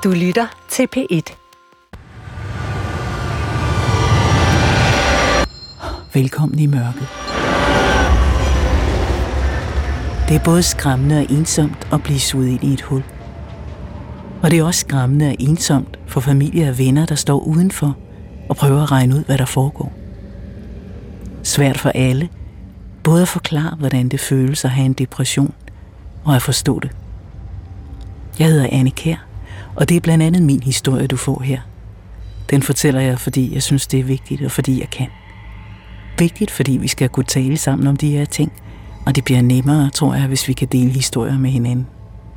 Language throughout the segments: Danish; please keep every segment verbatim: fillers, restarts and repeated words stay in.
Du lytter til P et. Velkommen i mørket. Det er både skræmmende og ensomt at blive suget ind i et hul. Og det er også skræmmende og ensomt for familie og venner, der står udenfor og prøver at regne ud, hvad der foregår. Svært for alle, både at forklare, hvordan det føles at have en depression, og at forstå det. Jeg hedder Anne Kjær, og det er blandt andet min historie, du får her. Den fortæller jeg, fordi jeg synes, det er vigtigt, og fordi jeg kan. Vigtigt, fordi vi skal kunne tale sammen om de her ting, og det bliver nemmere, tror jeg, hvis vi kan dele historier med hinanden.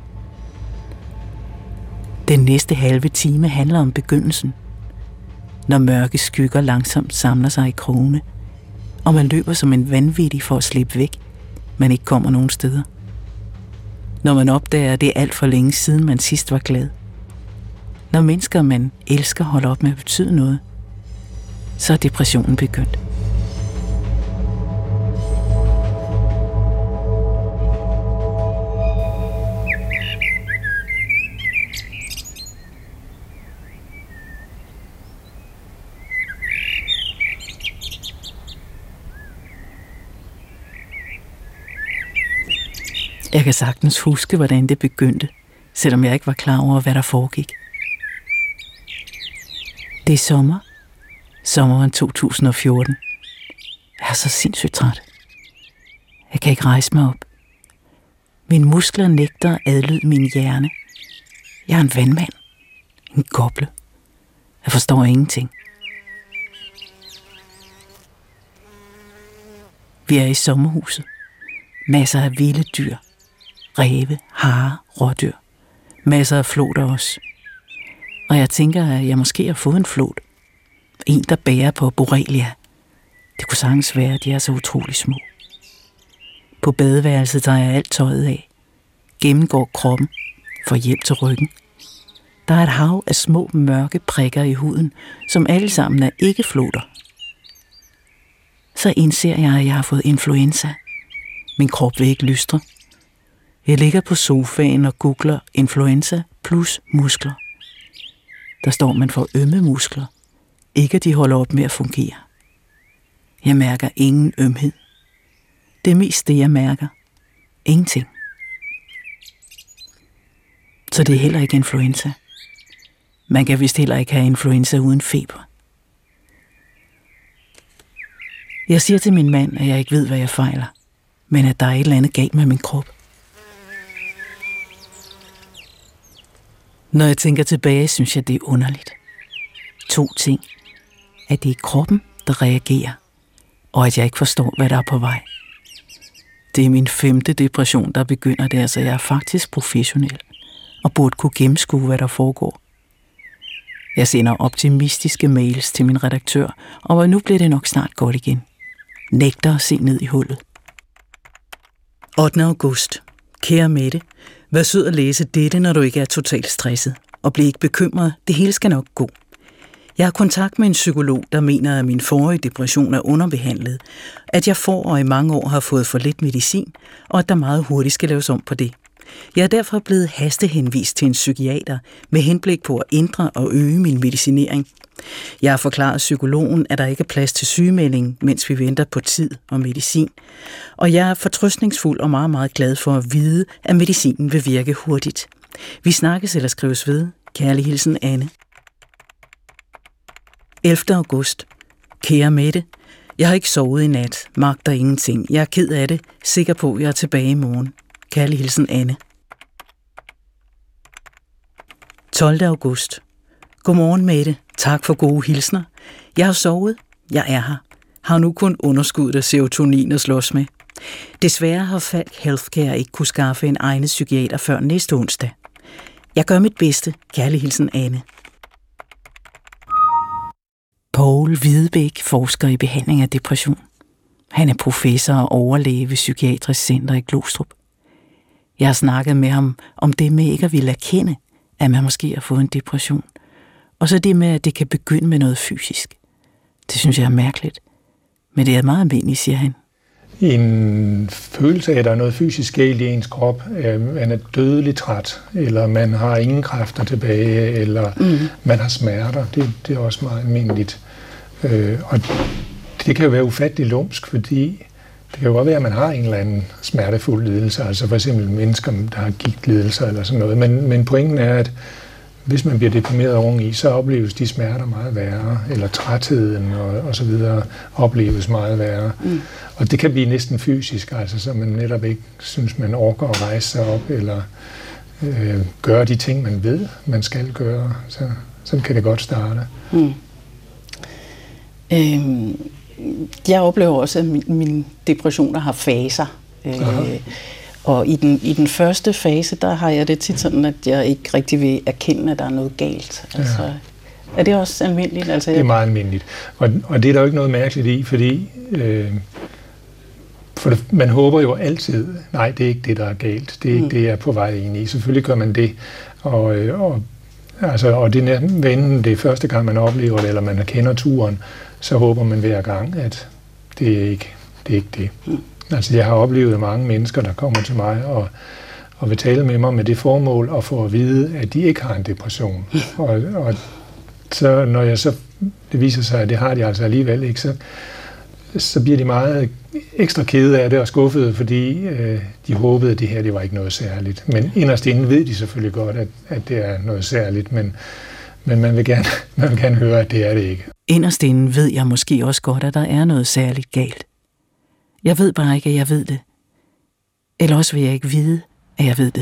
Den næste halve time handler om begyndelsen. Når mørke skygger langsomt samler sig i krogene, og man løber som en vanvittig for at slippe væk, men ikke kommer nogen steder. Når man opdager, at det er alt for længe siden, man sidst var glad. Når mennesker, man elsker, holder op med at betyde noget, så er depressionen begyndt. Jeg kan sagtens huske, hvordan det begyndte, selvom jeg ikke var klar over, hvad der foregik. Det er sommer. Sommeren to tusind og fjorten. Jeg er så sindssygt træt. Jeg kan ikke rejse mig op. Mine muskler nægter at adlyde min hjerne. Jeg er en vandmand. En goble. Jeg forstår ingenting. Vi er i sommerhuset. Masser af vilde dyr. Ræve, hare, rådyr. Masser af flåter også. Og jeg tænker, at jeg måske har fået en flåt. En, der bærer på borrelia. Det kunne sagtens være, at de er så utrolig små. På badeværelset tager jeg alt tøjet af. Gennemgår kroppen. Får hjælp til ryggen. Der er et hav af små mørke prikker i huden, som alle sammen er ikke flåter. Så indser jeg, at jeg har fået influenza. Min krop vil ikke lystre. Jeg ligger på sofaen og googler influenza plus muskler. Der står, man får ømme muskler. Ikke at de holder op med at fungere. Jeg mærker ingen ømhed. Det er mest det, jeg mærker. Ingenting. Så det er heller ikke influenza. Man kan vist heller ikke have influenza uden feber. Jeg siger til min mand, at jeg ikke ved, hvad jeg fejler, men at der er et eller andet galt med min krop. Når jeg tænker tilbage, synes jeg, det er underligt. To ting. At det er kroppen, der reagerer, og at jeg ikke forstår, hvad der er på vej. Det er min femte depression, der begynder der, så jeg er faktisk professionel, og burde kunne gennemskue, hvad der foregår. Jeg sender optimistiske mails til min redaktør, og nu bliver det nok snart godt igen. Nægter at se ned i hullet. ottende august. Kære Mette, vær sød at læse dette, når du ikke er totalt stresset, og bliv ikke bekymret, det hele skal nok gå. Jeg har kontakt med en psykolog, der mener, at min forrige depression er underbehandlet, at jeg får og i mange år har fået for lidt medicin, og at der meget hurtigt skal laves om på det. Jeg er derfor blevet hastehenvist til en psykiater med henblik på at ændre og øge min medicinering. Jeg har forklaret psykologen, at der ikke er plads til sygemelding, mens vi venter på tid og medicin. Og jeg er fortrøstningsfuld og meget, meget glad for at vide, at medicinen vil virke hurtigt. Vi snakkes eller skrives ved. Kærlig hilsen, Anne. ellevte august. Kære Mette, jeg har ikke sovet i nat, magter ingenting. Jeg er ked af det, sikker på, at jeg er tilbage i morgen. Kærlig hilsen, Anne. tolvte august. Godmorgen, Mette. Tak for gode hilsner. Jeg har sovet. Jeg er her. Har nu kun underskuddet af serotonin at slås med. Desværre har Falk Healthcare ikke kunne skaffe en egnet psykiater før næste onsdag. Jeg gør mit bedste. Kærlig hilsen, Anne. Poul Hvidebæk forsker i behandling af depression. Han er professor og overlæge ved Psykiatrisk Center i Glostrup. Jeg har snakket med ham om det med ikke at ville erkende, at man måske har fået en depression. Og så det med, at det kan begynde med noget fysisk. Det synes jeg er mærkeligt. Men det er meget almindeligt, siger han. en følelse af, at der er noget fysisk galt i ens krop, man er dødeligt træt, eller man har ingen kræfter tilbage, eller mm. man har smerter. Det, det er også meget almindeligt. Øh, og det kan jo være ufattelig lumsk, fordi det kan jo godt være, at man har en eller anden smertefuld lidelse, altså for eksempel mennesker, der har gigtlidelser eller sådan noget. Men, men pointen er, at hvis man bliver deprimeret oveni, så opleves de smerter meget værre, eller trætheden og, og så videre opleves meget værre. Mm. Og det kan blive næsten fysisk, altså så man netop ikke synes, man orker at rejse sig op, eller øh, gøre de ting, man ved, man skal gøre. Så sådan kan det godt starte. Mm. Øhm, jeg oplever også, at min, mine depressioner har faser. Øh, og i den, i den første fase, der har jeg det tit sådan, at jeg ikke rigtig vil erkende, at der er noget galt. Altså, ja. Er det også almindeligt? Altså, det er meget almindeligt. Og, og det er der jo ikke noget mærkeligt i, fordi øh, for det, man håber jo altid, nej, det er ikke det, der er galt. Det er ikke mm. det, jeg er på vej ind i. Selvfølgelig gør man det. Og, og, altså, og det er enten det er første gang, man oplever det, eller man kender turen, så håber man hver gang, at det er ikke det. Er ikke det. Mm. Altså, jeg har oplevet mange mennesker, der kommer til mig og, og vil tale med mig med det formål at få at vide, at de ikke har en depression. Og, og så når jeg så, det viser sig, at det har de altså alligevel ikke, så, så bliver de meget ekstra kede af det og skuffede, fordi øh, de håbede, at det her det var ikke noget særligt. Men inderst inden ved de selvfølgelig godt, at, at det er noget særligt, men, men man, vil gerne, man vil gerne høre, at det er det ikke. Inderst inden ved jeg måske også godt, at der er noget særligt galt. Jeg ved bare ikke, at jeg ved det. Eller også vil jeg ikke vide, at jeg ved det.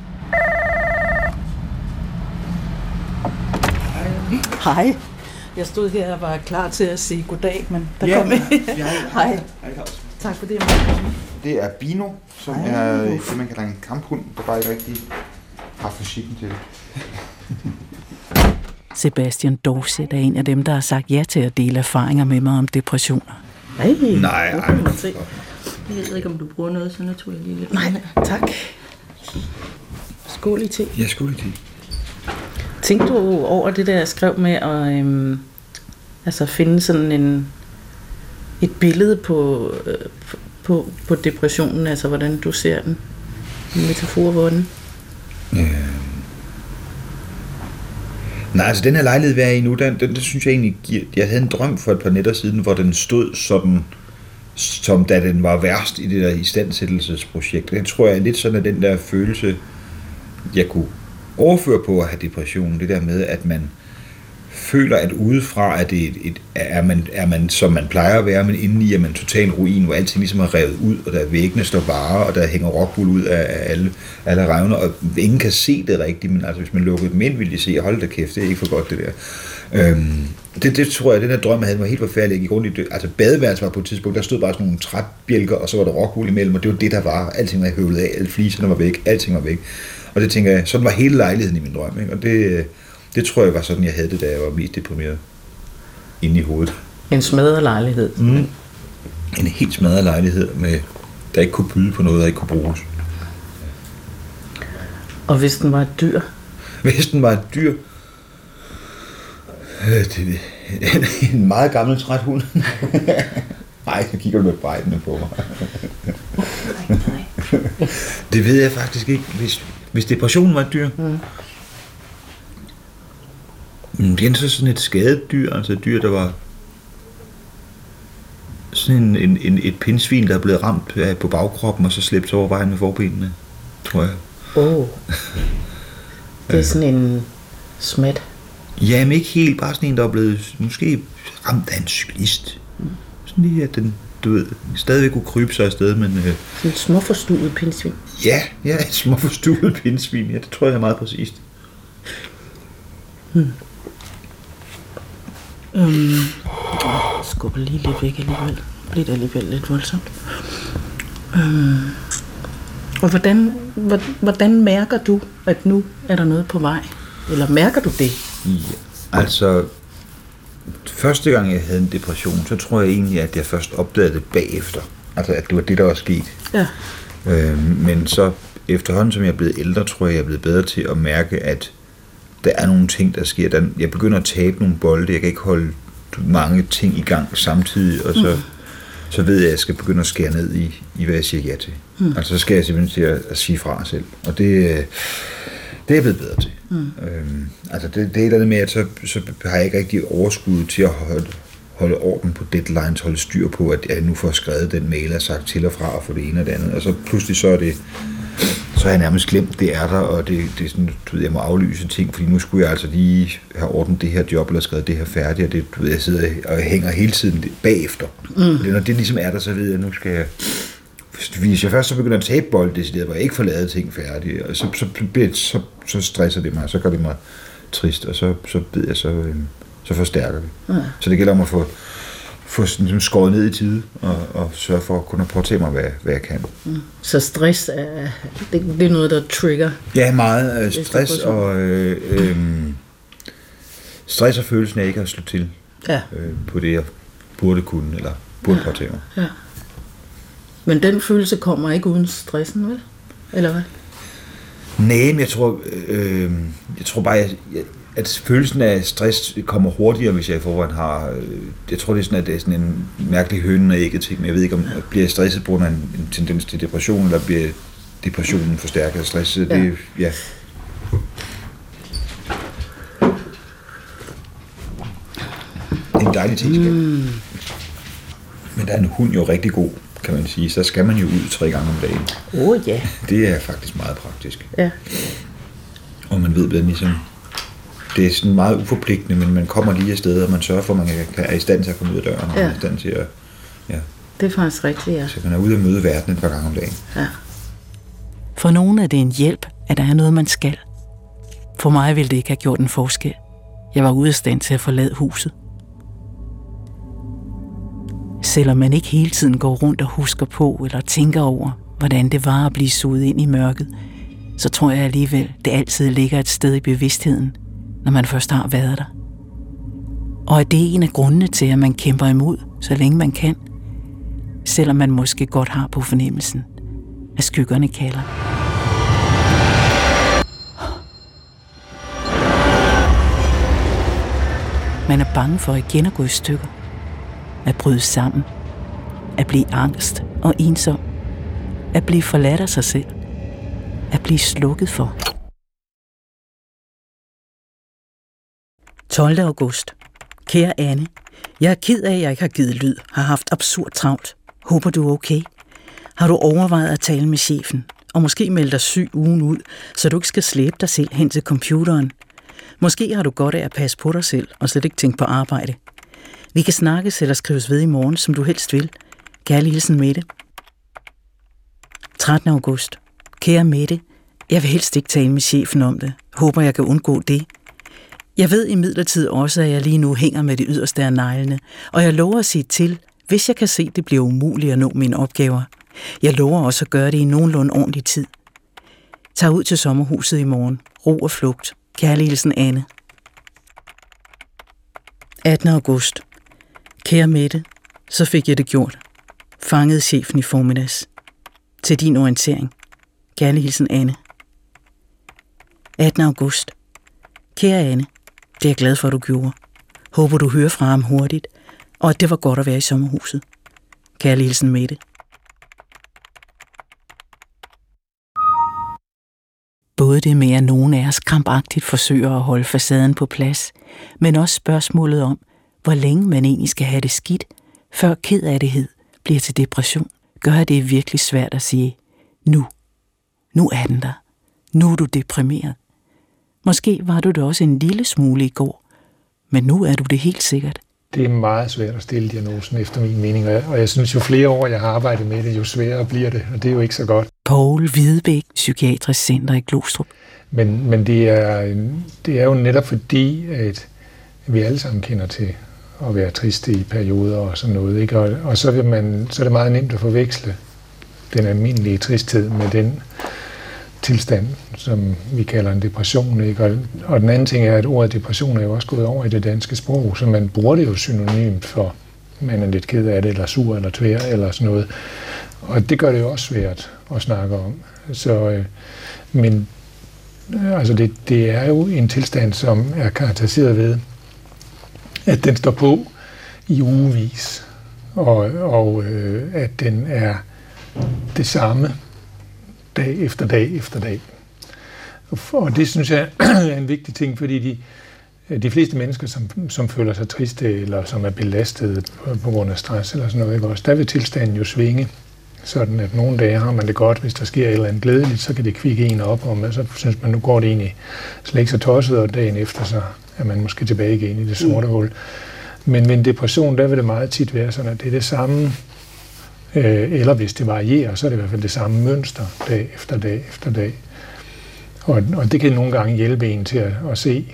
Hej. Jeg stod her og var klar til at sige goddag, men der ja, kom ikke. Ja, hej. Tak for det. Det er Bino, som Ej. er det, man kalder en kamphund, der bare ikke rigtig har fysikken til det. Sebastian Dorset er en af dem, der har sagt ja til at dele erfaringer med mig om depressioner. Ej, nej, ej. Jeg ved ikke, om du bruger noget, så nu tog jeg lige lidt. Nej, tak. Skål i te. Ja, skål i te. Tænkte du over det, der jeg skrev med at øhm, altså finde sådan en, et billede på, øh, på, på depressionen, altså hvordan du ser den? En metafor på den? Øh. Nej, altså den her lejlighed, vi er i nu, den, den, den synes jeg egentlig giver... Jeg havde en drøm for et par nætter siden, hvor den stod sådan, som da den var værst i det der istandsættelsesprojekt. Det tror jeg er lidt sådan, at den der følelse, jeg kunne overføre på at have depression, det der med, at man føler, at udefra er, det et, et, er, man, er man, som man plejer at være, men indeni er man total ruin, hvor alting ligesom er revet ud, og der væggene står bare, og der hænger rockwool ud af alle, alle revner, og ingen kan se det rigtigt, men altså hvis man lukker dem ind, vil de se, hold da kæft, det er ikke for godt det der. Øhm, det, det tror jeg, den der drøm, jeg havde, var helt forfærdelig. Jeg gik rundt i det. Altså badeværelset var på et tidspunkt, der stod bare sådan nogle trætbjælker, og så var der rockwool imellem, og det var det, der var. Alting var høvlet af, alle fliserne var væk, alting var væk. Og det tænker jeg, sådan var hele lejligheden i min drøm, ikke? Og det, det tror jeg var sådan, jeg havde det, da jeg var mest deprimeret inde i hovedet. En smadret lejlighed. Mm. En helt smadret lejlighed, med, der ikke kunne byde på noget, der ikke kunne bruges. Og hvis den var et dyr? Hvis den var et dyr? Det er en, en meget gammel træt hund. Nej, så kigger du med brejdende på mig. Det ved jeg faktisk ikke. Hvis, hvis depressionen var et dyr, mm. det er så sådan et skadet dyr, altså et dyr, der var sådan en, en, en, et pindsvin, der er blevet ramt på bagkroppen, og så slæbt over vejen med forbenene, tror jeg. Åh. Oh. Det er sådan en smat. Jamen ikke helt, bare sådan en, der er blevet måske ramt af en cyklist. Mm. Sådan lige, at den, du ved, stadigvæk kunne krybe sig afsted, men... Øh, en småforstuet pindsvin. Ja, ja, et småforstuet pindsvin, ja, det tror jeg er meget præcist. Hmm. Um, jeg skubber lige lidt væk alligevel. Det bliver alligevel lidt voldsomt. Um, og hvordan, hvordan mærker du, at nu er der noget på vej? Eller mærker du det? Ja, altså... Første gang, jeg havde en depression, så tror jeg egentlig, at jeg først opdagede det bagefter. Altså, at det var det, der var sket. Ja. Øhm, men så efterhånden, som jeg er blevet ældre, tror jeg, jeg er blevet bedre til at mærke, at der er nogle ting, der sker. Der, jeg begynder at tabe nogle bolde. Jeg kan ikke holde mange ting i gang samtidig, og så, så ved jeg, at jeg skal begynde at skære ned i, i hvad jeg siger ja til. Mm. Altså så skal jeg simpelthen til at, at sige fra selv. Og det, det er jeg blevet bedre til. Mm. Øhm, altså det, det er et eller andet med, at så, så har jeg ikke rigtig overskud til at holde, holde orden på deadlines, holde styr på, at jeg nu får skrevet den mail og sagt til og fra og få det ene og det andet. Og så pludselig så er det, så har jeg nærmest glemt, det er der, og det, det er sådan, du ved, jeg må aflyse ting, fordi nu skulle jeg altså lige have ordnet det her job, eller skrevet det her færdigt, og det, du ved, jeg sidder og hænger hele tiden bagefter. Mm. Det, når det ligesom er der, så ved jeg, at nu skal jeg, hvis jeg først så begynder at tabe bold, det hvor jeg ikke får lavet ting færdige, og så, så, så, så stresser det mig, så gør det mig trist, og så, så ved jeg, så, så forstærker det. Mm. Så det gælder om at få få sådan, skåret ned i tide, og, og sørge for at kunne påtage mig, hvad, hvad jeg kan. Mm. Så stress er, det, det er noget, der trigger? Ja, meget øh, stress, og øh, øh, stress og følelsen af ikke at slå til ja. øh, på det, jeg burde kunne, eller burde ja. påtage mig. Ja. Men den følelse kommer ikke uden stressen, vel? Eller hvad? Nej, men jeg tror, øh, jeg tror bare, jeg, jeg at følelsen af stress kommer hurtigere, hvis jeg i forvejen har... Jeg tror, det er sådan, at det er sådan en mærkelig hønen og ægget ting, men jeg ved ikke, om jeg bliver stresset på grund af en, en tendens til depression, eller bliver depressionen forstærket af stress. Det, ja. ja. Det er en dejlig ting. Mm. Men der er en hund jo rigtig god, kan man sige. Så skal man jo ud tre gange om dagen. Åh oh, ja. Det er faktisk meget praktisk. Ja. Og man ved, hvordan ligesom... Det er sådan meget uforpligtende, men man kommer lige afsted, og man sørger for, at man er i stand til at komme ud af døren, og ja. er i stand til at... Ja. Det er faktisk rigtigt, ja. Så man er ude og møde verden et par gange om dagen. Ja. For nogen er det en hjælp, at der er noget, man skal. For mig ville det ikke have gjort en forskel. Jeg var ude af stand til at forlade huset. Selvom man ikke hele tiden går rundt og husker på, eller tænker over, hvordan det var at blive suget ind i mørket, så tror jeg alligevel, det altid ligger et sted i bevidstheden, når man først har været der. Og at det er en af grundene til, at man kæmper imod, så længe man kan, selvom man måske godt har på fornemmelsen, at skyggerne kalder. Man er bange for igen at gå i stykker, at bryde sammen, at blive angst og ensom, at blive forladt af sig selv, at blive slukket for. tolvte august. Kære Anne, jeg er ked af, at jeg ikke har givet lyd, har haft absurd travlt. Håber du er okay? Har du overvejet at tale med chefen, og måske melde dig syg ugen ud, så du ikke skal slæbe dig selv hen til computeren? Måske har du godt af at passe på dig selv, og slet ikke tænke på arbejde. Vi kan snakkes eller skrives ved i morgen, som du helst vil. Kærlig hilsen, Mette. trettende august. Kære Mette, jeg vil helst ikke tale med chefen om det. Håber, jeg kan undgå det. Jeg ved imidlertid også, at jeg lige nu hænger med det yderste af neglene, og jeg lover at sige til, hvis jeg kan se, det bliver umuligt at nå mine opgaver. Jeg lover også at gøre det i nogenlunde ordentlig tid. Tag ud til sommerhuset i morgen. Ro og flugt. Kærlig hilsen, Anne. attende august. Kære Mette, så fik jeg det gjort. Fangede chefen i formiddags. Til din orientering. Kærlig hilsen, Anne. attende august. Kære Anne, det er jeg glad for, at du gjorde. Håber, du hører fra ham hurtigt, og at det var godt at være i sommerhuset. Kærlig hilsen, Mette. Både det med, at nogen af os krampagtigt forsøger at holde facaden på plads, men også spørgsmålet om, hvor længe man egentlig skal have det skidt, før kedattighed bliver til depression, gør det virkelig svært at sige, nu, nu er den der. Nu er du deprimeret. Måske var du det også en lille smule i går, men nu er du det helt sikkert. Det er meget svært at stille diagnosen efter min mening, og jeg synes, jo flere år jeg har arbejdet med det, jo sværere bliver det, og det er jo ikke så godt. Poul Hvidebæk, Psykiatrisk Center i Glostrup. Men, men det, er, det er jo netop fordi, at vi alle sammen kender til at være triste i perioder og sådan noget, ikke? Og, og så, vil man, så er det meget nemt at forveksle den almindelige tristhed med den tilstand, som vi kalder en depression, ikke? Og, og den anden ting er, at ordet depression er jo også gået over i det danske sprog, så man bruger det jo synonymt for, man er lidt ked af det, eller sur, eller tvær, eller sådan noget. Og det gør det jo også svært at snakke om. Så, øh, men øh, altså det, det er jo en tilstand, som er karakteriseret ved, at den står på i ugevis. og, og øh, at den er det samme dag efter dag efter dag. Og det synes jeg er en vigtig ting, fordi de, de fleste mennesker, som, som føler sig triste, eller som er belastet på, på grund af stress eller sådan noget, ikke også, der vil tilstanden jo svinge, sådan at nogle dage har man det godt, hvis der sker et eller andet glædeligt, så kan det kvikke en op, og så synes man, nu går det egentlig slet ikke så tosset, og dagen efter, så er man måske tilbage igen i det sorte mm. hul. Men med en depression, der vil det meget tit være sådan, at det er det samme, øh, eller hvis det varierer, så er det i hvert fald det samme mønster, dag efter dag efter dag. Og, og det kan nogle gange hjælpe en til at, at se,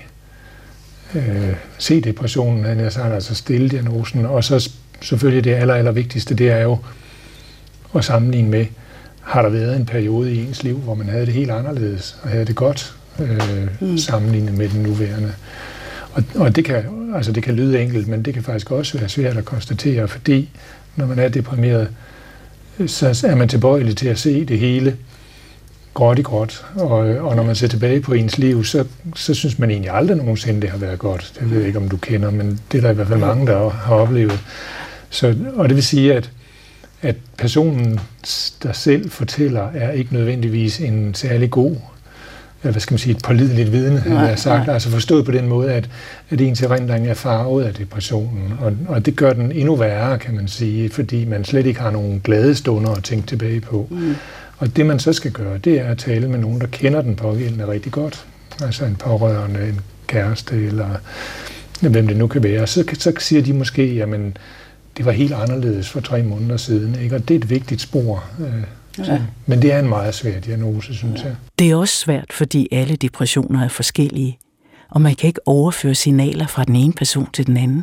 øh, se depressionen, han er sagt, altså stille diagnosen, og så selvfølgelig det aller, aller vigtigste, det er jo at sammenligne med, har der været en periode i ens liv, hvor man havde det helt anderledes, og havde det godt øh, mm. sammenlignet med den nuværende. Og, og det, kan, altså det kan lyde enkelt, men det kan faktisk også være svært at konstatere, fordi når man er deprimeret, så er man tilbøjelig til at se det hele gråt i gråt, og, og når man ser tilbage på ens liv, så, så synes man egentlig aldrig nogensinde, det har været godt. Det ved jeg ikke, om du kender, men det er der i hvert fald mange, der har oplevet. Så, og det vil sige, at, at personen, der selv fortæller, er ikke nødvendigvis en særlig god, hvad skal man sige, et pålideligt vidne, han har sagt. Nej. Altså forstået på den måde, at, at ens erindring er farvet af depressionen, og, og det gør den endnu værre, kan man sige, fordi man slet ikke har nogen glade stunder at tænke tilbage på. Mm. Og det, man så skal gøre, det er at tale med nogen, der kender den pågældende rigtig godt. Altså en pårørende, en kæreste, eller hvem det nu kan være. Så, så siger de måske, jamen, det var helt anderledes for tre måneder siden, ikke? Og det er et vigtigt spor. Ja. Men det er en meget svær diagnose, synes jeg. Det er også svært, fordi alle depressioner er forskellige, og man kan ikke overføre signaler fra den ene person til den anden.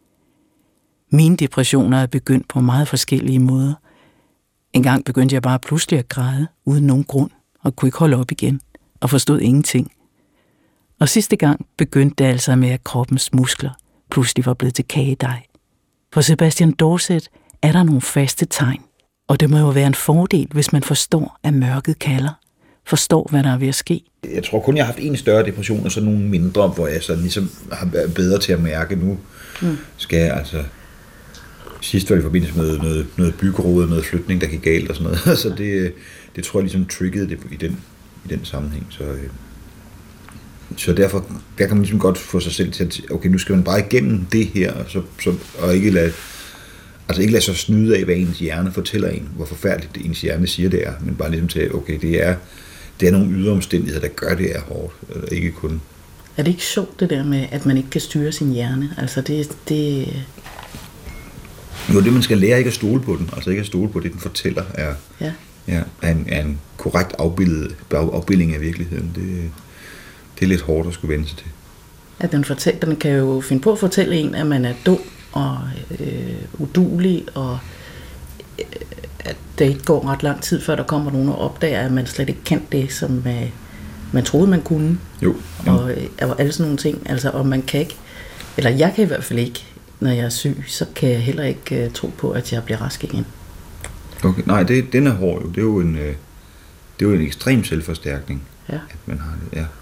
Mine depressioner er begyndt på meget forskellige måder. En gang begyndte jeg bare pludselig at græde, uden nogen grund, og kunne ikke holde op igen, og forstod ingenting. Og sidste gang begyndte det altså med, at kroppens muskler pludselig var blevet til kagedej. For Sebastian Dorset er der nogle faste tegn, og det må jo være en fordel, hvis man forstår, at mørket kalder, forstår, hvad der er ved at ske. Jeg tror kun, jeg har haft en større depression, og så nogle mindre, hvor jeg sådan ligesom har været bedre til at mærke, nu mm. skal jeg altså... Sidst var det i forbindelse med noget, noget byggerode, noget flytning, der gik galt og sådan noget. Så det, det tror jeg ligesom triggede det i den, i den sammenhæng. Så, så derfor der kan man ligesom godt få sig selv til at, okay, nu skal man bare igennem det her, og, så, så, og ikke lade, altså ikke lade sig snyde af, hvad ens hjerne fortæller en, hvor forfærdeligt det ens hjerne siger, det er, men bare ligesom til, okay, det er, det er nogle ydre omstændigheder, der gør det er hårdt, eller ikke kun. Er det ikke sjovt det der med, at man ikke kan styre sin hjerne? Altså det... det Jo, det man skal lære ikke at stole på den, altså ikke at stole på det, den fortæller, er, ja. Ja, er, en, er en korrekt afbildet, afbildning af virkeligheden. Det, det er lidt hårdt at skulle vende sig til. At den, fortæller, den kan jo finde på at fortælle en, at man er dum og øh, uduelig, og øh, at det ikke går ret lang tid, før der kommer nogen og opdager, at man slet ikke kan det, som øh, man troede, man kunne. Jo. Ja. Og, øh, og alle sådan nogle ting. Altså, og man kan ikke, eller jeg kan i hvert fald ikke, når jeg er syg, så kan jeg heller ikke uh, tro på, at jeg bliver rask igen. Okay, nej, det, den er hård jo. Det er jo en, uh, det er jo en ekstrem selvforstærkning, ja. At man har det, ja.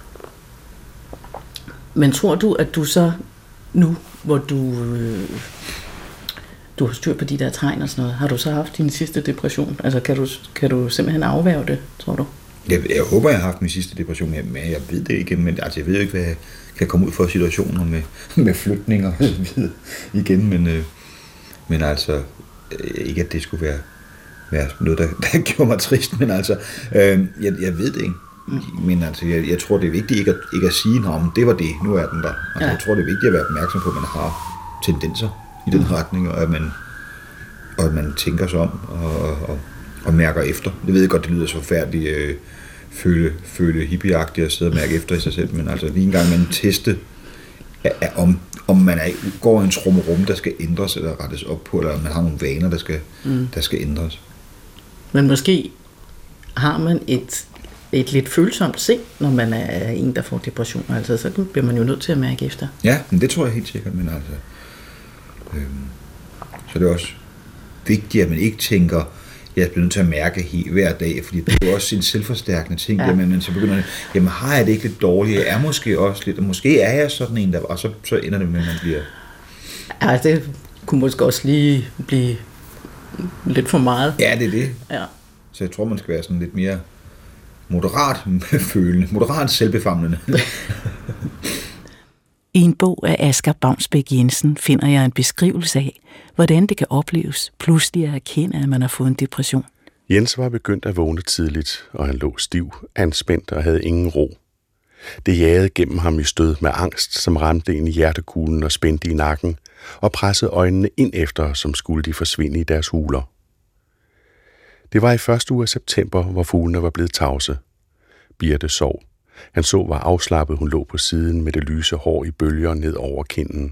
Men tror du, at du så nu, hvor du, øh, du har styr på de der tegn og sådan noget, har du så haft din sidste depression? Altså, kan du, kan du simpelthen afværge det, tror du? Jeg, jeg håber, jeg har haft min sidste depression, men jeg ved det ikke. Men altså, jeg ved ikke, hvad jeg kan komme ud for situationer med, med flytninger og så videre igen. Men, øh, men altså, ikke at det skulle være, være noget, der, der gjorde mig trist, men altså, øh, jeg, jeg ved det ikke. Men altså, jeg, jeg tror, det er vigtigt ikke at, ikke at sige, at det var det, nu er den der. Altså, ja. Jeg tror, det er vigtigt at være opmærksom på, at man har tendenser i den mm. retning, og at man, og at man tænker sig om og, og, og mærker efter. Det ved jeg godt, det lyder så forfærdeligt, øh, føle, føle hippieagtigt at sidde og mærke efter i sig selv, men altså lige en gang man teste, er, er, om, om man er, går i en trummerum, der skal ændres eller rettes op på, eller om man har nogle vaner, der skal, mm. der skal ændres. Men måske har man et et lidt følsomt sind, når man er en, der får depression. Altså, så bliver man jo nødt til at mærke efter. Ja, men det tror jeg helt sikkert, men altså... Øhm, så det er også vigtigt, at man ikke tænker, jeg bliver nødt til at mærke helt hver dag, fordi det er jo også en selvforstærkende ting, ja. Jamen, man så begynder, jamen har jeg det ikke lidt dårligt? Jeg er måske også lidt, og måske er jeg sådan en, der, og så, så ender det med, at man bliver... Ja, det kunne måske også lige blive lidt for meget. Ja, det er det. Ja. Så jeg tror, man skal være sådan lidt mere moderat følende, moderat selvbefamlende. I en bog af Asger Baunsbæk Jensen finder jeg en beskrivelse af, hvordan det kan opleves pludselig at erkende, at man har fået en depression. Jens var begyndt at vågne tidligt, og han lå stiv, anspændt og havde ingen ro. Det jagede gennem ham i stød med angst, som ramte ind i hjertekuglen og spændte i nakken, og pressede øjnene ind efter, som skulle de forsvinde i deres huler. Det var i første uge af september, hvor fuglene var blevet tavse. Birte sov. Han så, hvor afslappet hun lå på siden med det lyse hår i bølger ned over kinden.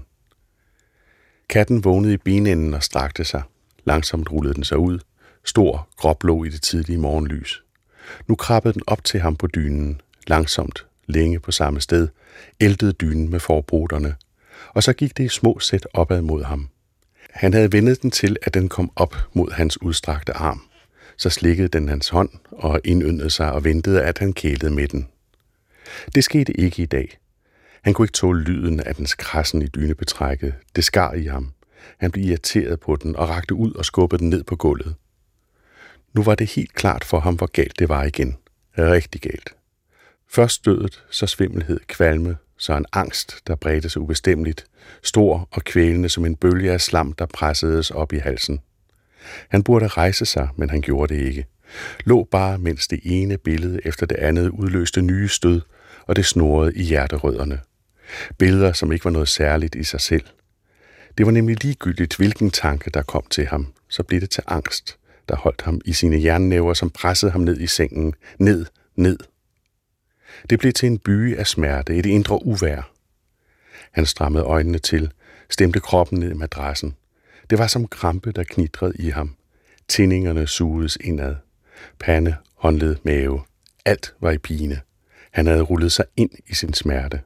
Katten vågnede i benenden og strakte sig. Langsomt rullede den sig ud. Stor, gråblå i det tidlige morgenlys. Nu krabbede den op til ham på dynen. Langsomt, længe på samme sted, æltede dynen med forbruderne. Og så gik det i små sæt opad mod ham. Han havde vendet den til, at den kom op mod hans udstrakte arm. Så slikkede den hans hånd og indyndede sig og ventede, at han kælede med den. Det skete ikke i dag. Han kunne ikke tåle lyden af dens krassen i dynebetrækket. Det skar i ham. Han blev irriteret på den og rakte ud og skubbede den ned på gulvet. Nu var det helt klart for ham, hvor galt det var igen. Rigtig galt. Først stødet, så svimmelhed, kvalme, så en angst, der bredte sig ubestemmeligt, stor og kvælende som en bølge af slam, der pressedes op i halsen. Han burde rejse sig, men han gjorde det ikke. Lå bare, mens det ene billede efter det andet udløste nye stød, og det snurrede i hjerterødderne. Billeder, som ikke var noget særligt i sig selv. Det var nemlig ligegyldigt, hvilken tanke, der kom til ham. Så blev det til angst, der holdt ham i sine jernnæver, som pressede ham ned i sengen. Ned, ned. Det blev til en byge af smerte, et indre uvejr. Han strammede øjnene til, stemte kroppen ned i madrassen. Det var som krampe, der knitrede i ham. Tindingerne sugedes indad. Pande, håndled, mave. Alt var i pine. Han havde rullet sig ind i sin smerte.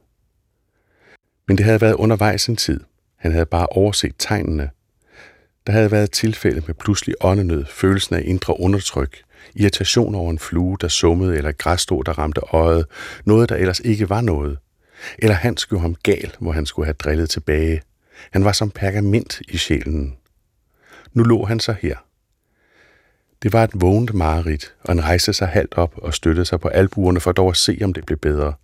Men det havde været undervejs en tid. Han havde bare overset tegnene. Der havde været tilfælde med pludselig åndenød, følelsen af indre undertryk, irritation over en flue, der summede, eller græsstrå, der ramte øjet, noget, der ellers ikke var noget. Eller han skulle ham gal, hvor han skulle have drillet tilbage. Han var som pergament i sjælen. Nu lå han så her. Det var et vågent mareridt, og han rejste sig halvt op og støttede sig på albuerne for dog at se, om det blev bedre.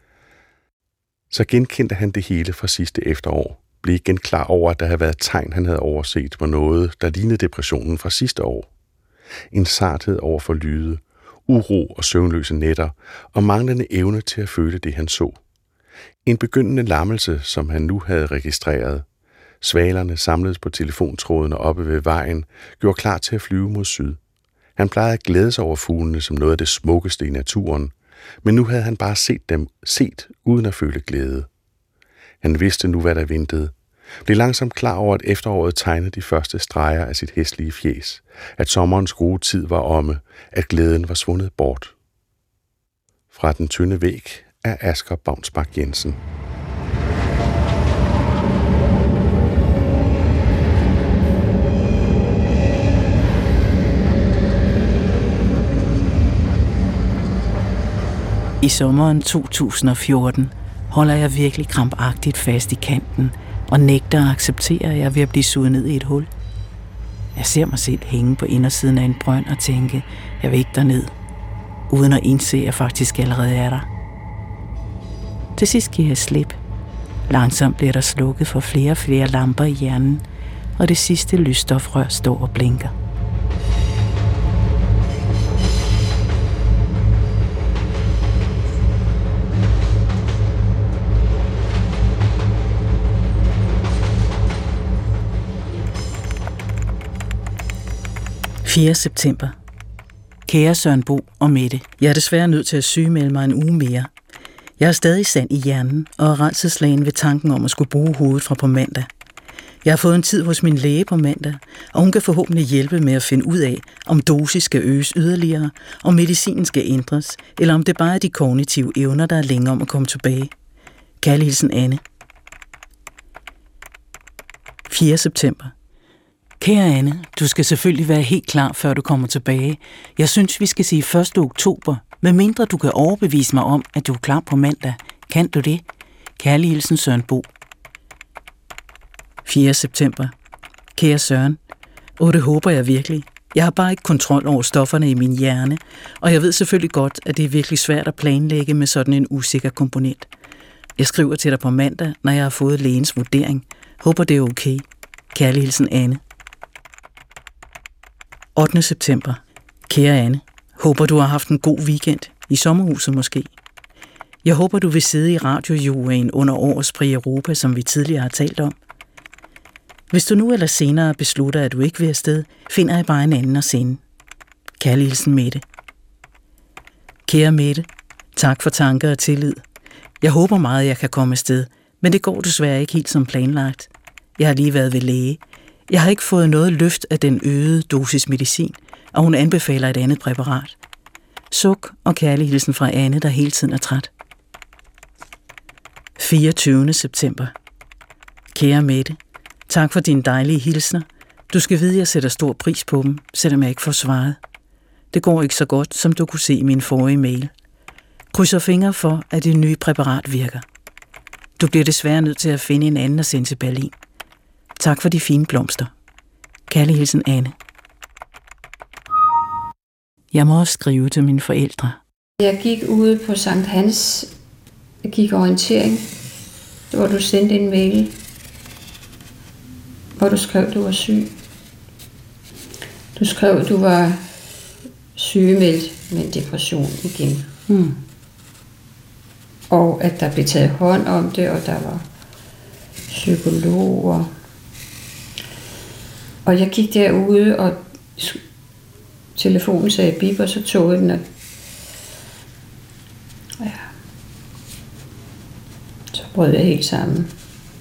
Så genkendte han det hele fra sidste efterår, blev igen klar over, at der havde været tegn, han havde overset, var noget, der lignede depressionen fra sidste år. En sarthed over for lyde, uro og søvnløse nætter, og manglende evne til at føle det, han så. En begyndende lammelse, som han nu havde registreret. Svalerne samledes på telefontrådene oppe ved vejen, gjorde klar til at flyve mod syd. Han plejede at glæde sig over fuglene som noget af det smukkeste i naturen, men nu havde han bare set dem, set uden at føle glæde. Han vidste nu, hvad der ventede. Blev langsomt klar over, at efteråret tegnede de første streger af sit hæslige fjes, at sommerens gode tid var omme, at glæden var svundet bort. Fra den tynde væg af Asger Baunsbæk Jensen. I sommeren to tusind og fjorten holder jeg virkelig krampagtigt fast i kanten og nægter at acceptere, at jeg er ved at blive suget ned i et hul. Jeg ser mig selv hænge på indersiden af en brønd og tænke, jeg vil ikke derned, uden at indse, at jeg faktisk allerede er der. Til sidst giver jeg slip. Langsomt bliver der slukket for flere og flere lamper i hjernen, og det sidste lysstofrør står og blinker. fjerde september. Kære Søren Bo og Mette, jeg er desværre nødt til at sygemelde mig en uge mere. Jeg er stadig sand i hjernen og er rædselsslagen ved tanken om at skulle bruge hovedet fra på mandag. Jeg har fået en tid hos min læge på mandag, og hun kan forhåbentlig hjælpe med at finde ud af, om dosis skal øges yderligere, om medicinen skal ændres, eller om det bare er de kognitive evner, der er længe om at komme tilbage. Kærlig hilsen, Anne. fjerde september. Kære Anne, du skal selvfølgelig være helt klar, før du kommer tilbage. Jeg synes, vi skal sige første oktober, medmindre du kan overbevise mig om, at du er klar på mandag. Kan du det? Kærlig hilsen, Søren Bo. fjerde september. Kære Søren, Og det håber jeg virkelig. Jeg har bare ikke kontrol over stofferne i min hjerne, og jeg ved selvfølgelig godt, at det er virkelig svært at planlægge med sådan en usikker komponent. Jeg skriver til dig på mandag, når jeg har fået lægens vurdering. Håber det er okay. Kærlig hilsen, Anne. ottende september. Kære Anne, håber du har haft en god weekend. I sommerhuset måske. Jeg håber, du vil sidde i radiojuryen under årets Prix Europa, som vi tidligere har talt om. Hvis du nu eller senere beslutter, at du ikke vil afsted, finder jeg bare en anden at sende. Kærlig hilsen, Mette. Kære Mette, tak for tanker og tillid. Jeg håber meget, at jeg kan komme afsted, men det går desværre ikke helt som planlagt. Jeg har lige været ved læge. Jeg har ikke fået noget løft af den øgede dosis medicin, og hun anbefaler et andet præparat. Suk og kærlig hilsen fra Anne, der hele tiden er træt. fireogtyvende september. Kære Mette, tak for dine dejlige hilsner. Du skal vide, at jeg sætter stor pris på dem, selvom jeg ikke får svaret. Det går ikke så godt, som du kunne se i min forrige mail. Krydser fingre for, at det nye præparat virker. Du bliver desværre nødt til at finde en anden at sende til Berlin. Tak for de fine blomster. Kærlig hilsen, Anne. Jeg må også skrive til mine forældre. Jeg gik ude på Sankt Hans, jeg gik orientering, hvor du sendte en mail, hvor du skrev, at du var syg. Du skrev, at du var sygemeldt med en depression igen. Hmm. Og at der blev taget hånd om det, og der var psykologer. Og jeg gik derude, og telefonen sagde bip, og så tog den, og ja, så brød jeg helt sammen.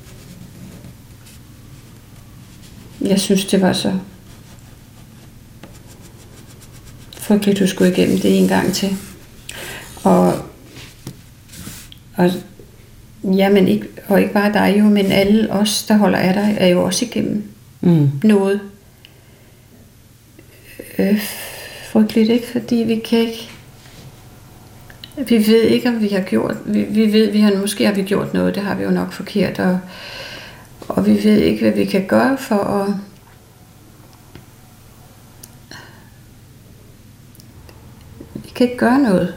Jeg synes, det var så frygteligt, du skulle igennem det en gang til. Og, og jamen ikke, og ikke bare dig jo, men alle os, der holder af dig, er jo også igennem mm. noget. Øh, frygteligt, ikke? Fordi vi kan ikke, vi ved ikke, om vi har gjort, vi, vi ved, vi har, måske har vi gjort noget, det har vi jo nok forkert, og, og vi ved ikke, hvad vi kan gøre for at, vi kan ikke gøre noget.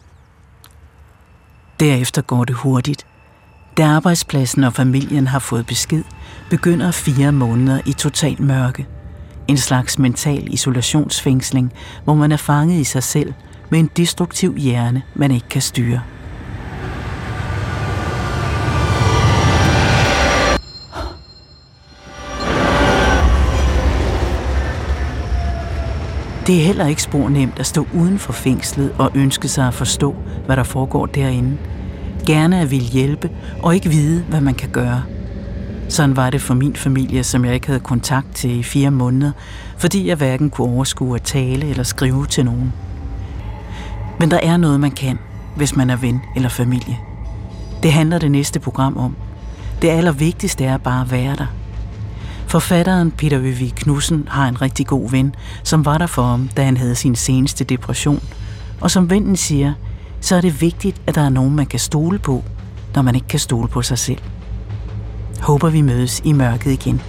Derefter går det hurtigt. Da arbejdspladsen og familien har fået besked, begynder fire måneder i total mørke. En slags mental isolationsfængsling, hvor man er fanget i sig selv med en destruktiv hjerne, man ikke kan styre. Det er heller ikke spor nemt at stå uden for fængslet og ønske sig at forstå, hvad der foregår derinde. Gerne at ville hjælpe og ikke vide, hvad man kan gøre. Sådan var det for min familie, som jeg ikke havde kontakt til i fire måneder, fordi jeg hverken kunne overskue at tale eller skrive til nogen. Men der er noget, man kan, hvis man er ven eller familie. Det handler det næste program om. Det allervigtigste er bare at være der. Forfatteren Peter Øvig Knudsen har en rigtig god ven, som var der for ham, da han havde sin seneste depression. Og som vennen siger, så er det vigtigt, at der er nogen, man kan stole på, når man ikke kan stole på sig selv. Håber vi mødes i mørket igen.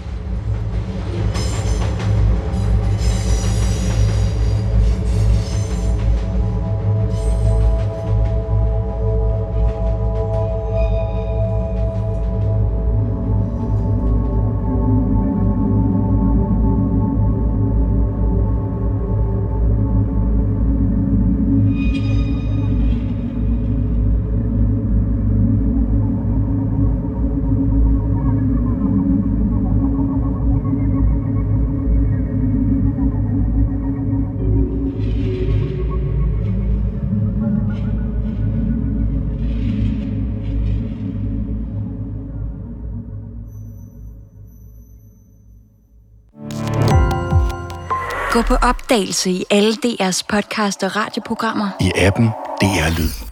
Gå på opdagelse i alle D R's podcast og radioprogrammer. I appen D R Lyd.